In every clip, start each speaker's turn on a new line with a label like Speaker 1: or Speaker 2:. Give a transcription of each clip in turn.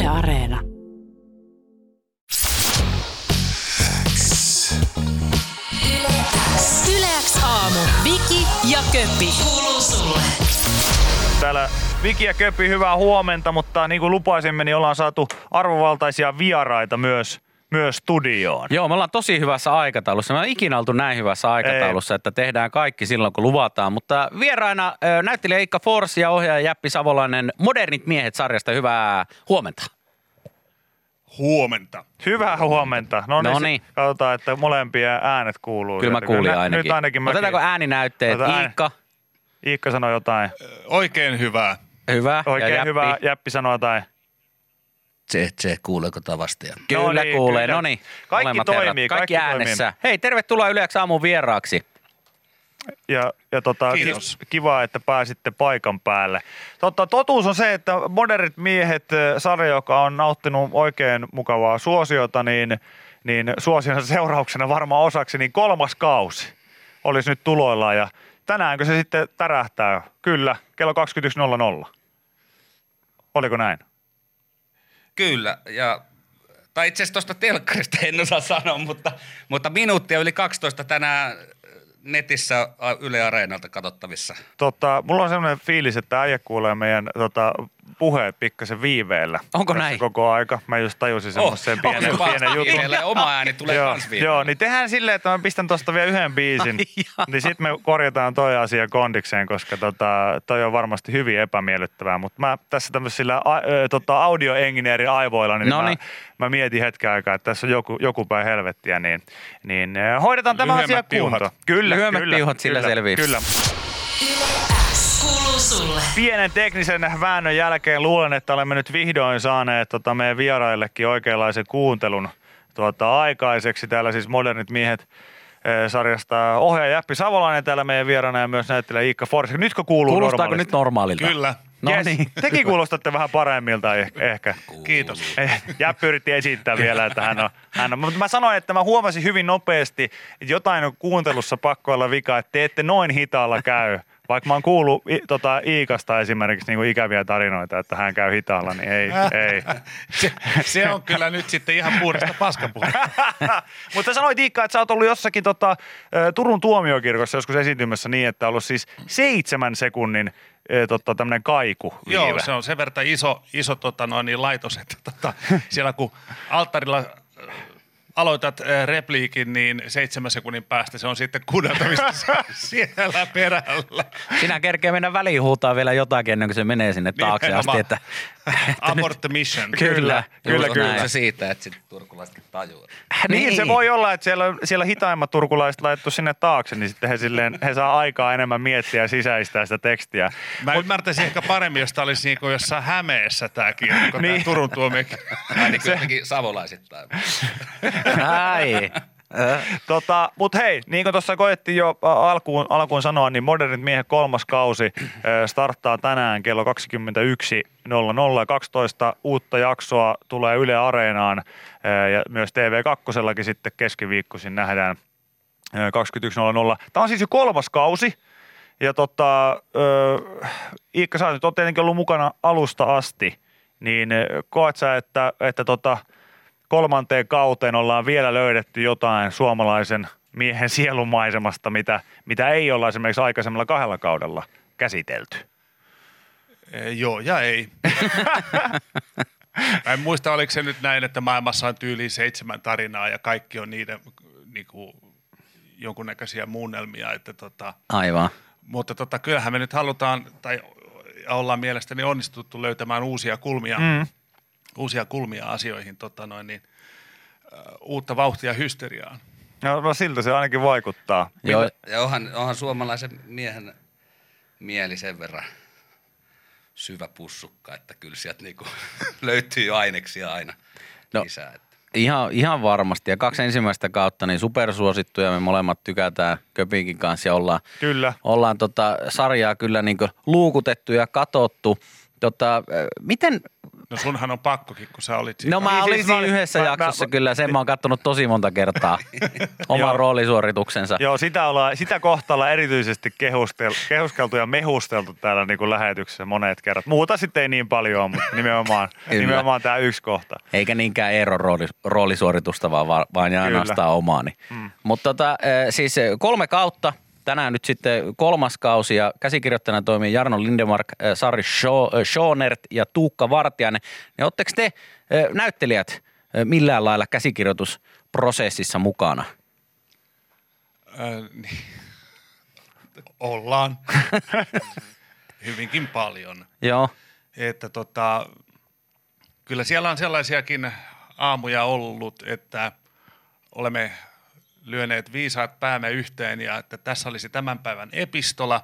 Speaker 1: Yle Areena. Yle X aamu. Viki ja Köppi. Kuuluu sulle.
Speaker 2: Täällä Viki ja Köppi, hyvää huomenta, mutta niin kuin lupaisimme, niin ollaan saatu arvovaltaisia vieraita myös studioon.
Speaker 3: Joo, me ollaan tosi hyvässä aikataulussa. Me ollaan ikinä oltu näin hyvässä aikataulussa, että tehdään kaikki silloin, kun luvataan. Mutta vieraina näyttelijä Iikka Fors ja ohjaaja Jäppi Savolainen Modernit miehet-sarjasta. Hyvää huomenta.
Speaker 4: Huomenta.
Speaker 2: Hyvää huomenta. No niin. Katsotaan, että molempia äänet kuuluu.
Speaker 3: Kyllä mä kuulin ainakin.
Speaker 2: Nyt ainakin
Speaker 3: Otetaanko ääninäytteet? Iikka?
Speaker 2: Iikka sanoi jotain.
Speaker 4: Oikein hyvää.
Speaker 3: Hyvä.
Speaker 2: Oikein hyvä. Jäppi sanoi jotain.
Speaker 5: Se kuuleeko tavasti?
Speaker 3: Kyllä kuulee. No niin.
Speaker 2: Kaikki toimii.
Speaker 3: Kaikki äänessä. Toimii. Hei, tervetuloa Yle X aamun vieraaksi.
Speaker 2: Ja kiva, että pääsitte paikan päälle. Totuus on se, että Modernit miehet-sarja, joka on nauttinut oikein mukavaa suosiota, niin suosionsa seurauksena varmaan osaksi, niin 3. kausi olisi nyt tuloillaan. Ja tänäänkö se sitten tärähtää? Kyllä, kello 21.00. Oliko näin?
Speaker 5: Kyllä, tai itse asiassa tuosta telkkarista en osaa sanoa, mutta minuuttia yli 12 tänään netissä Yle Areenalta katsottavissa.
Speaker 2: Mulla on sellainen fiilis, että äijä kuulee meidän puheet pikkasen viiveellä.
Speaker 3: Onko näin?
Speaker 2: Koko aika. Mä just tajusin semmoisen pienen jutun.
Speaker 5: Vielä oma ääni tulee kans viiveellä.
Speaker 2: Joo, niin tehdään silleen, että mä pistän tosta vielä yhden biisin. Niin sit me korjataan toi asia kondikseen, koska toi on varmasti hyvin epämiellyttävää. Mutta mä tässä tämmöisillä audioengineerin aivoilla, niin mä mietin hetken aikaa, että tässä on joku päin helvettiä, niin hoidetaan tämä asia kuntoon. Kyllä.
Speaker 3: Lyhyemmät piuhat sillä selviää.
Speaker 2: Kyllä.
Speaker 1: Kuuluu sulle.
Speaker 2: Pienen teknisen väännön jälkeen luulen, että olemme nyt vihdoin saaneet meidän vieraillekin oikeanlaisen kuuntelun aikaiseksi. Täällä siis Modernit miehet sarjasta ohjaaja Jäppi Savolainen täällä meidän vieraana ja myös näyttelijä Iikka Fors. Nytkö kuuluu
Speaker 3: Kuulostaako
Speaker 2: normaalista?
Speaker 3: nyt normaalilta?
Speaker 4: Kyllä.
Speaker 3: No
Speaker 2: yes.
Speaker 3: niin.
Speaker 2: Tekin kuulostatte vähän paremmilta ehkä.
Speaker 4: Kiitos.
Speaker 2: Jäppi yritti esittää vielä, että hän on. Mutta mä sanoin, että mä huomasin hyvin nopeasti, että jotain on kuuntelussa pakko olla vika, että te ette noin hitaalla käy. Vaikka mä oon kuullut Iikasta esimerkiksi niin kuin ikäviä tarinoita, että hän käy hitaalla, niin ei.
Speaker 4: Se on kyllä nyt sitten ihan puhdasta paskapuhetta.
Speaker 2: Mutta sanoit Iikka, että sä oot ollut jossakin Turun tuomiokirkossa joskus esiintymässä niin, että on ollut siis 7 sekunnin tämmöinen kaiku.
Speaker 4: Joo, se on sen verran iso laitos, että siellä kun alttarilla aloitat repliikin, niin 7 sekunnin päästä se on sitten kuunneltavista siellä perällä.
Speaker 3: Sinä kerkee mennä väliin huutaa vielä jotakin ennen kuin se menee sinne taakse asti. Että
Speaker 4: abort the mission.
Speaker 2: Kyllä.
Speaker 5: Se siitä, että sitten turkulaisetkin tajuu.
Speaker 2: Niin, se voi olla, että siellä hitaimmat turkulaiset laitettu sinne taakse, niin sitten he saa aikaa enemmän miettiä ja sisäistää sitä tekstiä.
Speaker 4: Mä ymmärtäisin ehkä paremmin, jos tämä olisi niin kuin jossain Hämeessä tämä kirkko, tämä Turun tuomiokin.
Speaker 5: Ainakin jotenkin savolaisittain.
Speaker 3: Ai.
Speaker 2: Mutta hei, niin kuin tuossa koettiin jo alkuun sanoa, niin Modernit miehet 3. kausi starttaa tänään kello 21.00. 12 uutta jaksoa tulee Yle Areenaan ja myös TV2:llakin sitten keskiviikkoisin nähdään 21.00. Tämä on siis jo 3. kausi ja Iikka, sä oot tietenkin ollut mukana alusta asti, niin koet sä, että 3. kauteen ollaan vielä löydetty jotain suomalaisen miehen sielunmaisemasta, mitä ei olla esimerkiksi aikaisemmalla 2 kaudella käsitelty?
Speaker 4: Joo ja ei. Mä en muista, oliko se nyt näin, että maailmassa on tyyliin 7 tarinaa ja kaikki on niiden niinku, jonkunnäköisiä muunnelmia. Että
Speaker 3: Aivan.
Speaker 4: Mutta kyllähän me nyt halutaan, tai ollaan mielestäni onnistuttu löytämään uusia kulmia asioihin, uutta vauhtia hysteriaan.
Speaker 2: No siltä se ainakin vaikuttaa.
Speaker 3: Joo.
Speaker 5: Ja onhan suomalaisen miehen mieli sen verran syvä pussukka, että kyllä sieltä niinku löytyy aineksia aina lisää.
Speaker 3: Ihan varmasti. Ja 2 ensimmäistä kautta niin supersuosittuja. Me molemmat tykätään Köpinkin kanssa ja ollaan sarjaa kyllä niinku luukutettu ja katottu. Miten
Speaker 4: No sunhan on pakkokin, kun sä olit
Speaker 3: No mä olin
Speaker 2: siis
Speaker 3: siinä yhdessä jaksossa kyllä, sen mä oon kattonut tosi monta kertaa. Oman roolisuorituksensa.
Speaker 2: Joo, sitä kohtaa ollaan erityisesti kehuskeltu ja mehusteltu täällä niin kuin lähetyksessä monet kerrat. Muuta sitten ei niin paljon, mutta nimenomaan tämä yksi kohta.
Speaker 3: Eikä niinkään Eeron roolisuoritusta, vaan ja ainoastaan omaani. Mutta siis 3 kautta. Tänään nyt sitten 3. kausi ja käsikirjoittajana toimii Jarno Lindemark, Sari Schoonert ja Tuukka Vartiainen. Ja ootteko te näyttelijät millään lailla käsikirjoitusprosessissa mukana?
Speaker 4: Niin. Ollaan. Hyvinkin paljon.
Speaker 3: Joo.
Speaker 4: Että kyllä siellä on sellaisiakin aamuja ollut, että olemme lyöneet viisaat päämme yhteen ja että tässä olisi tämän päivän epistola.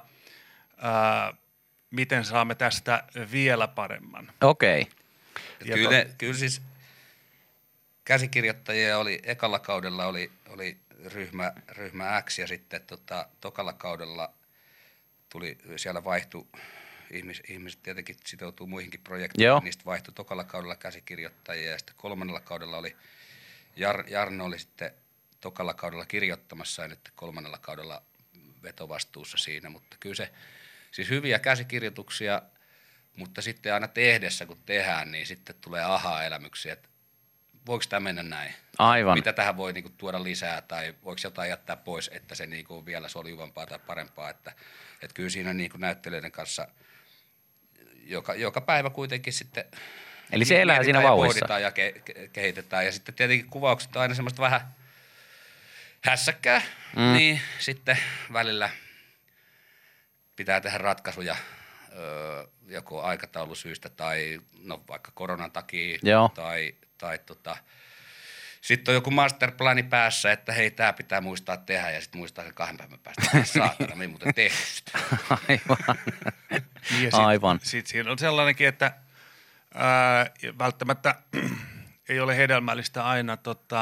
Speaker 4: Miten saamme tästä vielä paremman?
Speaker 3: Okei.
Speaker 5: Kyllä siis käsikirjoittajia oli, ekalla kaudella oli ryhmä X ja sitten tokalla kaudella siellä vaihtui, ihmiset tietenkin sitoutuu muihinkin projekteihin,
Speaker 3: Joo.
Speaker 5: niistä vaihtui tokalla kaudella käsikirjoittajia ja sitten 3. kaudella oli Jarno oli sitten tokalla kaudella kirjoittamassa ja nyt 3. kaudella vetovastuussa siinä, mutta kyllä se, siis hyviä käsikirjoituksia, mutta sitten aina tehdessä kun tehdään, niin sitten tulee aha-elämyksiä, että voiko tämä mennä näin?
Speaker 3: Aivan.
Speaker 5: Mitä tähän voi niinku tuoda lisää tai voiko jotain jättää pois, että se niinku on vielä soljuvampaa tai parempaa, että kyllä siinä niinku näyttelijöiden kanssa joka päivä kuitenkin sitten
Speaker 3: Eli se elää siinä vauhdissa.
Speaker 5: pohditaan ja kehitetään ja sitten tietenkin kuvaukset on aina semmoista vähän hässäkkää, niin sitten välillä pitää tehdä ratkaisuja joko aikataulusyistä tai no vaikka koronan takia
Speaker 3: Joo.
Speaker 5: tai sitten on joku masterplani päässä, että hei, tämä pitää muistaa tehdä ja sitten muistaa sen 2 päivän päästä. Saatana, me ei muuten tehty sitä.
Speaker 3: Aivan.
Speaker 4: Ja
Speaker 3: Aivan.
Speaker 4: Sitten siinä on sellainenkin, että välttämättä ei ole hedelmällistä aina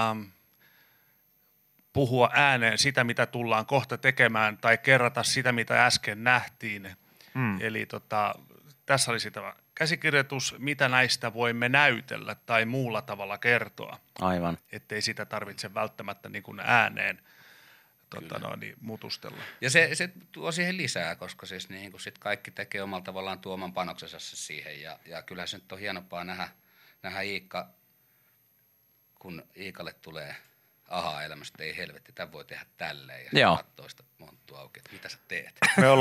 Speaker 4: puhua ääneen sitä, mitä tullaan kohta tekemään tai kerrata sitä, mitä äsken nähtiin. Eli tässä olisi tämä käsikirjoitus, mitä näistä voimme näytellä tai muulla tavalla kertoa.
Speaker 3: Aivan.
Speaker 4: Ettei sitä tarvitse välttämättä niin kuin ääneen mutustella.
Speaker 5: Ja se tuo siihen lisää, koska siis niin kuin sit kaikki tekee omalla tavallaan tuoman panoksensa siihen ja kyllä se nyt on hienompaa nähdä Iikka, kun Iikalle tulee aha-elämästä, ei helvetti, tämän voi tehdä tälleen ja
Speaker 3: Joo.
Speaker 5: katsoo sitä monttua auki, että mitä sä teet.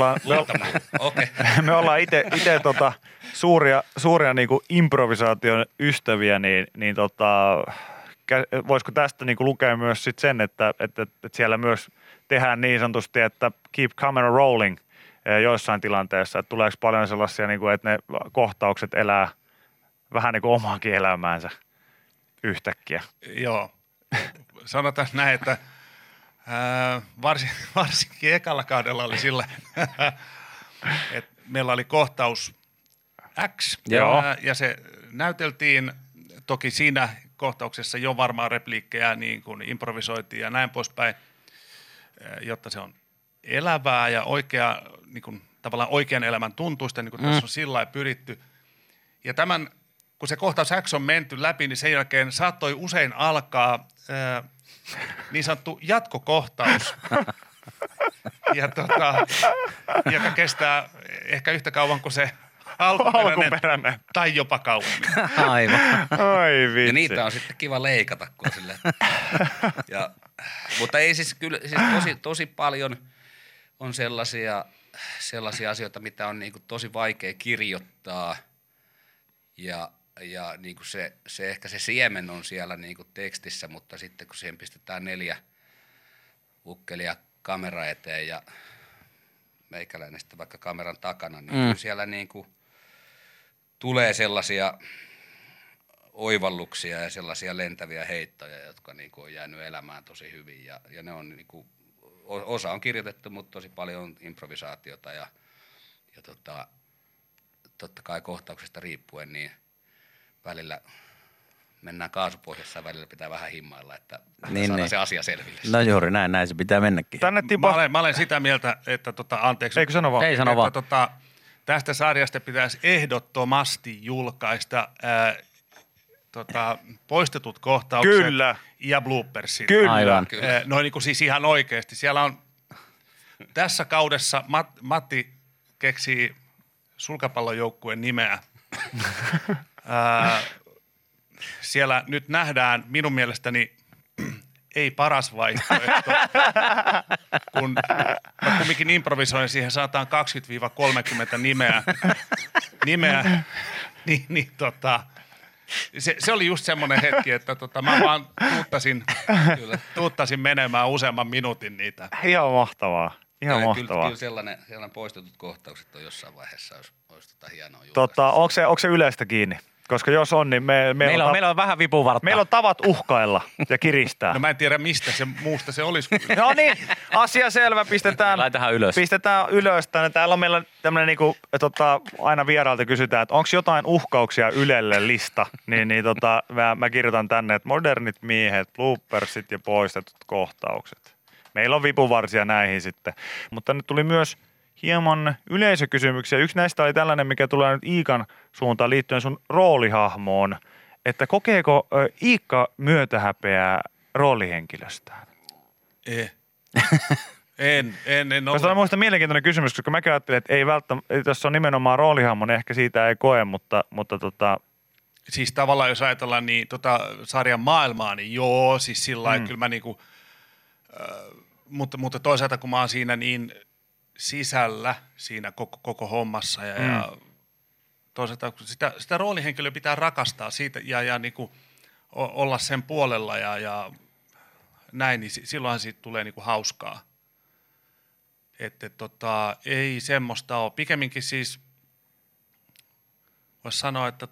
Speaker 2: Me ollaan itse suuria niinku improvisaation ystäviä, niin voisiko tästä niinku lukea myös sit sen, että siellä myös tehdään niin sanotusti, että keep camera rolling joissain tilanteissa, että tuleeko paljon sellaisia, niinku, että ne kohtaukset elää vähän niin kuin omaakin elämäänsä yhtäkkiä.
Speaker 4: Joo. Sanotaan näin, että varsinkin ekalla kaudella oli sillä, että meillä oli kohtaus X ja se näyteltiin toki siinä kohtauksessa jo varmaan repliikkejä niin kuin improvisoitiin ja näin poispäin, jotta se on elävää ja oikea, niin kuin, tavallaan oikean elämän tuntuista, niin kuin tässä on sillä lailla pyritty. Ja kun se kohtaus X on menty läpi, niin sen jälkeen saattoi usein alkaa niin sanottu jatkokohtaus, joka kestää ehkä yhtä kauan kuin se alkuperäinen. Tai jopa kauemmin.
Speaker 3: Aivan.
Speaker 2: Oi vitsi.
Speaker 5: Ja niitä on sitten kiva leikata, kun on silleen. Mutta ei siis kyllä, siis tosi paljon on sellaisia asioita, mitä on niinku tosi vaikea kirjoittaa ja niinku se ehkä se siemen on siellä niinku tekstissä, mutta sitten kun siihen pistetään 4 ukkelia kamera eteen ja meikäläinen sitten vaikka kameran takana, niin kyllä siellä niinku tulee sellaisia oivalluksia ja sellaisia lentäviä heittoja, jotka niinku on jäänyt elämään tosi hyvin ja ne on niinku, osa on kirjoitettu, mutta tosi paljon on improvisaatiota ja totta kai kohtauksesta riippuen, niin välillä mennään kaasupohjassa ja välillä pitää vähän himmailla, että saadaan se asia selville.
Speaker 3: No juuri näin se pitää mennäkin.
Speaker 2: Tänne
Speaker 4: Mä olen sitä mieltä, että anteeksi.
Speaker 2: Eikö sano vaan?
Speaker 3: Ei sano vaan.
Speaker 4: Että tästä sarjasta pitäisi ehdottomasti julkaista poistetut kohtaukset
Speaker 2: Kyllä.
Speaker 4: ja bloopersit.
Speaker 2: Kyllä.
Speaker 3: Aivan.
Speaker 4: Noin niin kuin siis ihan oikeasti. Siellä on tässä kaudessa Matti keksii sulkapallojoukkueen nimeä. Siellä nyt nähdään minun mielestäni ei paras vaihtoehto, kun mä kumminkin improvisoin, siihen saataan 20-30 nimeä se oli just semmoinen hetki, että mä vaan tuuttasin menemään useamman minuutin niitä.
Speaker 2: Ihan mahtavaa. Ihan mahtavaa.
Speaker 5: Kyllä sellainen poistetut kohtaukset on jossain vaiheessa, olisi hienoa julkaista.
Speaker 2: Onko se Ylestä kiinni? Koska jos on, niin
Speaker 3: Meillä on vähän vipuvartta.
Speaker 2: meillä on tavat uhkailla ja kiristää.
Speaker 4: No mä en tiedä mistä muusta se olisi.
Speaker 2: No niin, asia selvä.
Speaker 3: Laitetaan ylös.
Speaker 2: Pistetään ylös tänne. Täällä on meillä tämmöinen niinku, aina vierailta kysytään, että onko jotain uhkauksia Ylelle lista. Mä kirjoitan tänne, että modernit miehet, bloopersit ja poistetut kohtaukset. Meillä on vipuvarsia näihin sitten. Mutta nyt tuli myös hieman yleisökysymyksiä. Yksi näistä oli tällainen, mikä tulee nyt Iikan suuntaan liittyen sun roolihahmoon. Että kokeeko Iikka myötähäpeää roolihenkilöstään?
Speaker 4: En ole.
Speaker 2: Tämä on minusta mielenkiintoinen kysymys, koska mä ajattelin, että ei välttämättä, jos on nimenomaan roolihahmo, niin ehkä siitä ei koe, mutta
Speaker 4: Siis tavallaan jos ajatellaan niin sarjan maailmaa, niin joo, siis sillä lailla kyllä mä niinku, mutta toisaalta kun mä oon siinä niin sisällä siinä koko hommassa ja toisaalta sitä roolihenkilöä pitää rakastaa siitä ja niinku olla sen puolella ja näin, niin silloinhan siitä tulee niinku hauskaa. Että ei semmoista ole. Pikemminkin siis voisi sanoa, että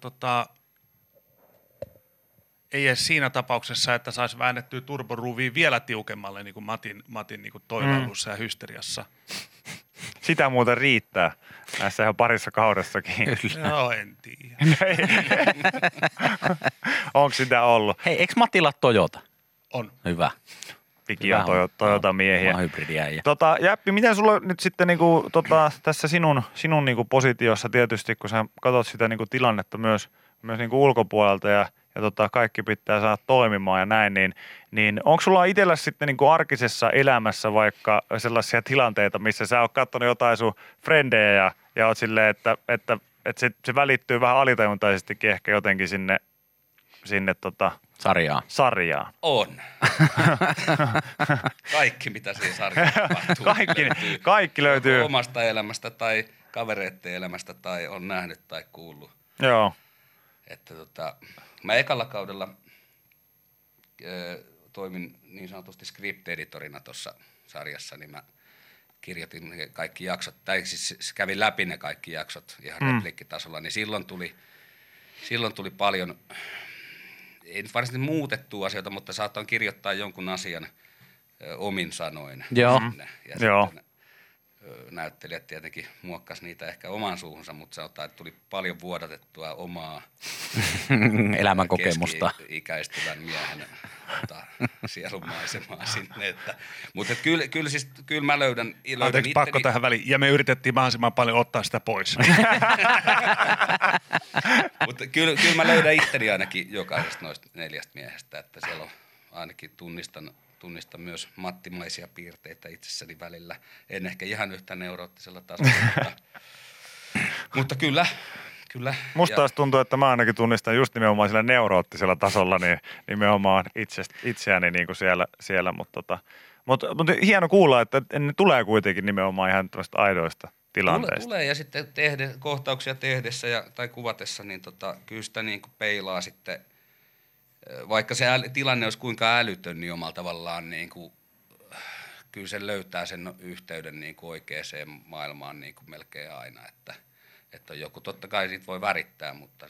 Speaker 4: ei edes siinä tapauksessa, että saisi väännettyä turboruuviin vielä tiukemmalle niin kuin Matin niin kuin toilailussa ja hysteriassa.
Speaker 2: sitä muuten riittää näissä ihan parissa kaudessakin.
Speaker 4: No en tiedä.
Speaker 2: Onko sitä ollut?
Speaker 3: Hei, eikö Matilla Toyota?
Speaker 4: On.
Speaker 3: Hyvä.
Speaker 2: Piki on Toyota-miehiä.
Speaker 3: Mä oon hybridiäijä.
Speaker 2: Jäppi, miten sulla nyt sitten tässä sinun niinku positiossa tietysti, kun sä katsot sitä niinku tilannetta myös niinku ulkopuolelta ja kaikki pitää saada toimimaan ja näin, niin onko sulla itsellä sitten niinku arkisessa elämässä vaikka sellaisia tilanteita, missä sä oot katsonut jotain sun frendejä ja oot silleen, että se välittyy vähän alitajuntaisestikin ehkä jotenkin sinne sarjaan.
Speaker 5: On. Kaikki, mitä siinä sarjassa tapahtuu.
Speaker 2: Kaikki löytyy.
Speaker 5: Omasta elämästä tai kavereiden elämästä tai on nähnyt tai kuullut.
Speaker 2: Joo.
Speaker 5: Että mä ekalla kaudella toimin niin sanotusti script-editorina tuossa sarjassa, niin mä kirjoitin kaikki jaksot, tai siis kävin läpi ne kaikki jaksot ihan repliikkitasolla, niin silloin tuli paljon, ei nyt varsinaisesti muutettua asioita, mutta saatoin kirjoittaa jonkun asian omin sanoin.
Speaker 3: Joo.
Speaker 5: Sinne. Ja
Speaker 2: Joo.
Speaker 5: sitten näyttelijät tietenkin muokkasi niitä ehkä omaan suuhunsa, mutta sanotaan, että tuli paljon vuodatettua omaa
Speaker 3: elämänkokemusta.
Speaker 5: Keski-ikäistyvän miehen sielunmaisemaa sinne. Mutta kyllä mä löydän
Speaker 4: Anteeksi, pakko tähän väliin. Ja me yritettiin mahdollisimman paljon ottaa sitä pois.
Speaker 5: Mutta kyllä mä löydän itteni ainakin jokaisesta noista 4 miehestä, että siellä on ainakin tunnistan myös mattimaisia piirteitä itsessäni välillä. En ehkä ihan yhtä neuroottisella tasolla, mutta kyllä.
Speaker 2: Musta taas tuntuu, että mä ainakin tunnistan just nimenomaan sillä neuroottisella tasolla niin nimenomaan itseäni niin kuin siellä mutta hieno kuulla, että ne tulee kuitenkin nimenomaan ihan tämmöistä aidoista tilanteista.
Speaker 5: Tulee ja sitten kohtauksia tehdessä tai kuvatessa, niin kyllä sitä niin kuin peilaa sitten, vaikka se tilanne olisi kuinka älytön, niin omalla tavallaan niin kuin, kyllä se löytää sen yhteyden niin kuin oikeaan maailmaan niin kuin melkein aina, että on joku, totta kai siitä voi värittää, mutta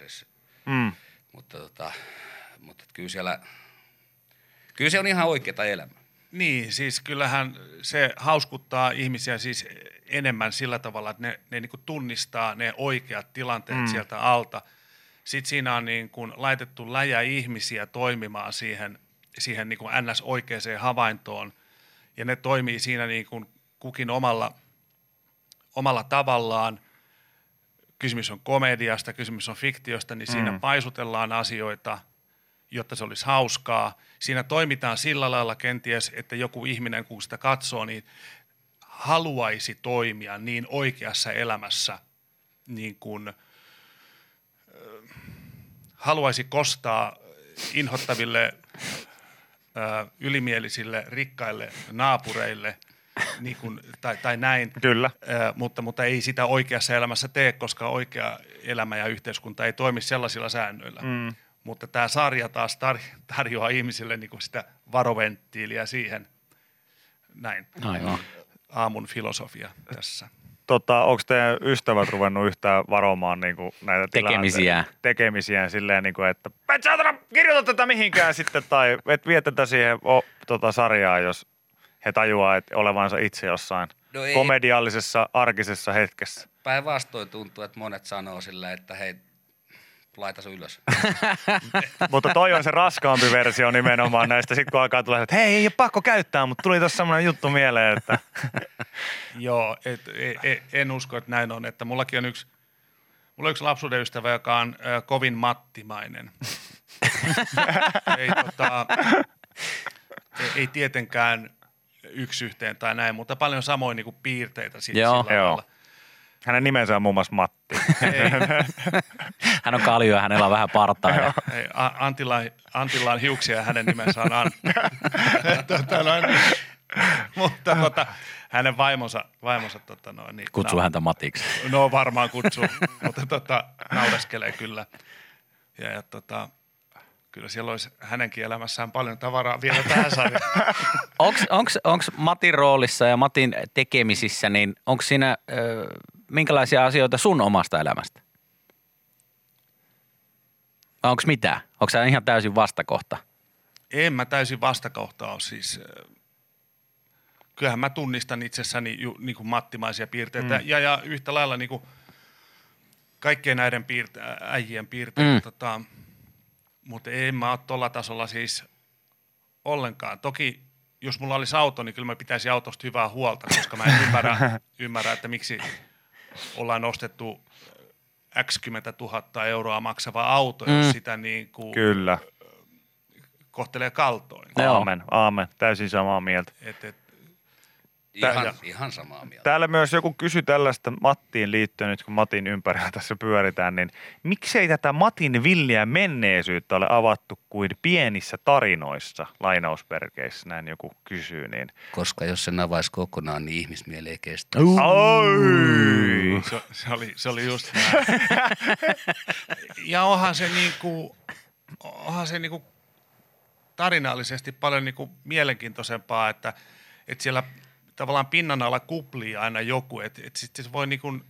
Speaker 5: kyllä se on ihan oikeaa elämää.
Speaker 4: Niin, siis kyllähän se hauskuttaa ihmisiä siis enemmän sillä tavalla, että ne niin kuin tunnistaa ne oikeat tilanteet sieltä alta. Sitten siinä on niin kuin laitettu läjä ihmisiä toimimaan siihen niin kuin NS-oikeaan havaintoon, ja ne toimii siinä niin kuin kukin omalla tavallaan. kysymys on komediasta, kysymys on fiktiosta, niin siinä paisutellaan asioita, jotta se olisi hauskaa. Siinä toimitaan sillä lailla kenties, että joku ihminen, kun sitä katsoo, niin haluaisi toimia niin oikeassa elämässä, niin kuin haluaisi kostaa inhottaville, ylimielisille, rikkaille naapureille, niin kuin, tai näin.
Speaker 2: Kyllä.
Speaker 4: Mutta ei sitä oikeassa elämässä tee, koska oikea elämä ja yhteiskunta ei toimi sellaisilla säännöillä. Mutta tämä sarja taas tarjoaa ihmisille niin kuin sitä varoventtiiliä siihen. Näin.
Speaker 3: Aivan.
Speaker 4: Aamun filosofia tässä.
Speaker 2: Onko teidän ystävät ruvennut yhtään varomaan niin kuin näitä tekemisiään silleen, niin kuin, että et saatana kirjoita tätä mihinkään sitten, tai et vie tätä siihen sarjaan, jos he tajuaa, että olevansa itse jossain komediallisessa, arkisessa hetkessä.
Speaker 5: Päinvastoin tuntuu, että monet sanoo sillä, että hei, laita se ylös.
Speaker 2: Mutta toi on se raskaampi versio nimenomaan näistä. Sitten kun alkaa tulla, että hei, ei ole pakko käyttää, mutta tuli tuossa semmoinen juttu mieleen, että...
Speaker 4: Joo, en usko, että näin on. Että mulla on yksi lapsuuden ystävä, joka on kovin mattimainen. ei tietenkään yksi yhteen tai näin, mutta paljon samoin niin kuin piirteitä sillä lailla.
Speaker 2: Hänen nimensä on muun muassa Matti.
Speaker 3: Hän on kalju ja hänellä on vähän partaa.
Speaker 4: Antilla on hiuksia ja hänen nimensä on Antti. Mutta hänen vaimonsa niin,
Speaker 3: kutsuu häntä Matiksi.
Speaker 4: No varmaan kutsuu, mutta naureskelee kyllä. Ja kyllä siellä olisi hänenkin elämässään paljon tavaraa vielä tähän sarjaan.
Speaker 3: Onko Matin roolissa ja Matin tekemisissä, niin onko siinä minkälaisia asioita sun omasta elämästä? Vai onko mitään? Onko sä ihan täysin vastakohta?
Speaker 4: En mä täysin vastakohta ole siis. Kyllähän mä tunnistan itsessäni niin kuin mattimaisia piirteitä ja yhtä lailla niin kuin kaikkien näiden äijien piirteitä. Mutta en mä ole tuolla tasolla siis ollenkaan. Toki jos mulla olisi auto, niin kyllä mä pitäisi autosta hyvää huolta, koska mä en ymmärrä, että miksi ollaan ostettu X10 000 euroa maksava auto, jos sitä niin kuin
Speaker 2: kyllä
Speaker 4: kohtelee kaltoin.
Speaker 2: Aamen. Täysin samaa mieltä.
Speaker 5: Ihan samaa mieltä.
Speaker 2: Täällä myös joku kysyi tällaista Mattiin liittyen, nyt kun Matin ympärillä tässä pyöritään, niin miksei tätä Matin villiä menneisyyttä ole avattu kuin pienissä tarinoissa, lainausperkeissä, näin joku kysyy. Niin.
Speaker 5: Koska jos sen avaisi kokonaan, niin ihmismieli ei kestä.
Speaker 4: Se oli just näin. Ja onhan se niinku tarinallisesti paljon niinku mielenkiintoisempaa, että siellä tavallaan pinnan alla kuplii aina joku, että sitten se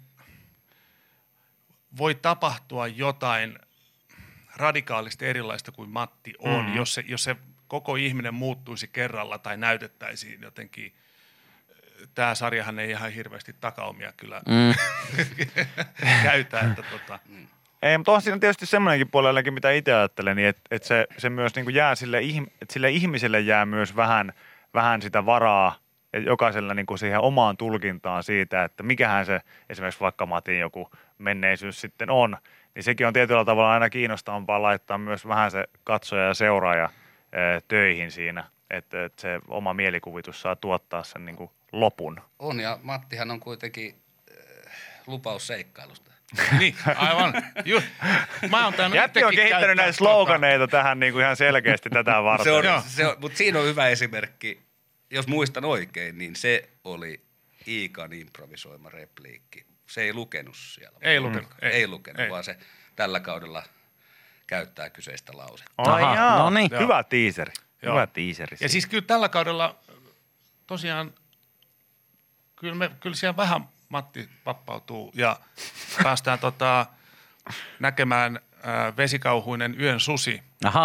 Speaker 4: voi tapahtua jotain radikaalisti erilaista kuin Matti on, jos se koko ihminen muuttuisi kerralla tai näytettäisiin jotenkin. Tämä sarjahan ei ihan hirveästi takaumia kyllä käytä.
Speaker 2: Ei, mutta on siinä tietysti semmoinenkin puolellekin, mitä itse ajattelen, niin että se myös niin kuin jää sille ihmiselle jää myös vähän sitä varaa, jokaisella niin kuin siihen omaan tulkintaan siitä, että mikähän se esimerkiksi vaikka Matin joku menneisyys sitten on, niin sekin on tietyllä tavalla aina kiinnostavampaa laittaa myös vähän se katsoja ja seuraaja töihin siinä, että se oma mielikuvitus saa tuottaa sen niin kuin lopun.
Speaker 5: On, ja Mattihan on kuitenkin lupaus seikkailusta.
Speaker 4: Niin, aivan.
Speaker 2: Jätti on kehittänyt näitä sloganeita tähän niin kuin ihan selkeästi tätä varten.
Speaker 5: Mutta siinä on hyvä esimerkki. Jos muistan oikein, niin se oli Iikan improvisoima repliikki. Se ei lukenut siellä. Ei lukenut, vaan se tällä kaudella käyttää kyseistä lausetta.
Speaker 3: No niin.
Speaker 2: Hyvä tiiseri. Hyvä tiiseri.
Speaker 4: Ja siis kyllä tällä kaudella tosiaan, kyllä siellä vähän Matti vappautuu ja päästään näkemään vesikauhuinen yön susi.
Speaker 3: Aha.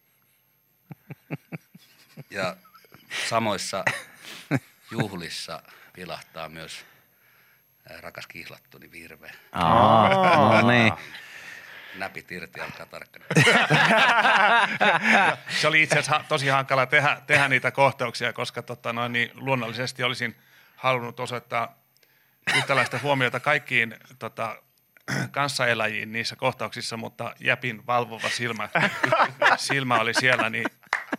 Speaker 5: Ja samoissa juhlissa vilahtaa myös rakas kihlattuni virve.
Speaker 3: No niin.
Speaker 5: Näpit irti alkaa tarkkana.
Speaker 4: Se oli itse asiassa tosi hankala tehdä niitä kohtauksia, koska niin luonnollisesti olisin halunnut osoittaa yhtäläistä huomiota kaikkiin kanssaeläjiin niissä kohtauksissa, mutta Jäpin valvova silmä oli siellä, niin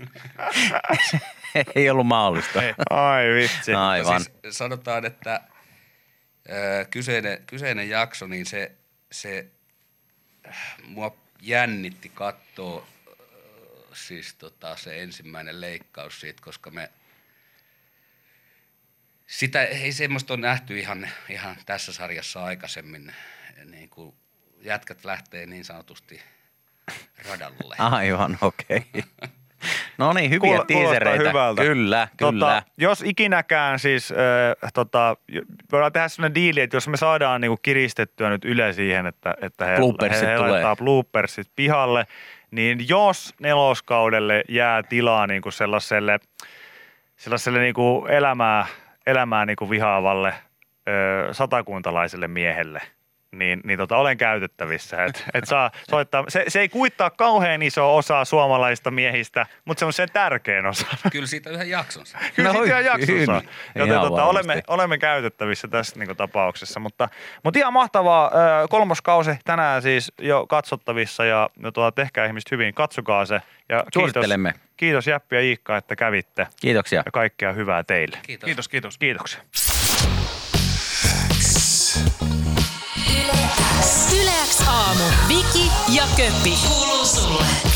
Speaker 3: Ei ollut mahdollista.
Speaker 4: ei.
Speaker 2: Ai vitsi.
Speaker 3: Aivan.
Speaker 5: Siis sanotaan, että kyseinen jakso, niin se mua jännitti katsoa siis se ensimmäinen leikkaus siitä, koska sitä ei semmoista ole nähty ihan tässä sarjassa aikaisemmin, niin kuin jätkät lähtee niin sanotusti radalle.
Speaker 3: Aivan, okei. No niin, hyviä
Speaker 2: Kuulostaa
Speaker 3: tiisereitä.
Speaker 2: hyvältä.
Speaker 3: Kyllä.
Speaker 2: Jos ikinäkään siis, voidaan tehdä sellainen diili, että jos me saadaan niinku kiristettyä nyt Yle siihen, että he laittaa bloopersit pihalle, niin jos neloskaudelle jää tilaa niinku sellaiselle niinku elämää niinku vihaavalle satakuntalaiselle miehelle, niin olen käytettävissä. Et saa soittaa. Se ei kuittaa kauhean iso osa suomalaisista miehistä, mutta se on se tärkein osa.
Speaker 5: Kyllä siitä yhden jakson saa.
Speaker 2: Kyllä siitä ihan jakson saa. Joten
Speaker 3: Ihan varmasti.
Speaker 2: olemme käytettävissä tässä niinku tapauksessa. Mutta ihan mahtavaa. Kolmoskausi tänään siis jo katsottavissa ja tehkää ihmiset hyvin. Katsokaa se. Ja
Speaker 3: Suosittelemme.
Speaker 2: Kiitos Jäppi ja Iikka, että kävitte.
Speaker 3: Kiitoksia.
Speaker 2: Ja kaikkea hyvää teille.
Speaker 5: Kiitos.
Speaker 4: Kiitos.
Speaker 2: Kiitoksia.
Speaker 1: Yle X aamu. Viki ja Köppi. Kuuluu sulle.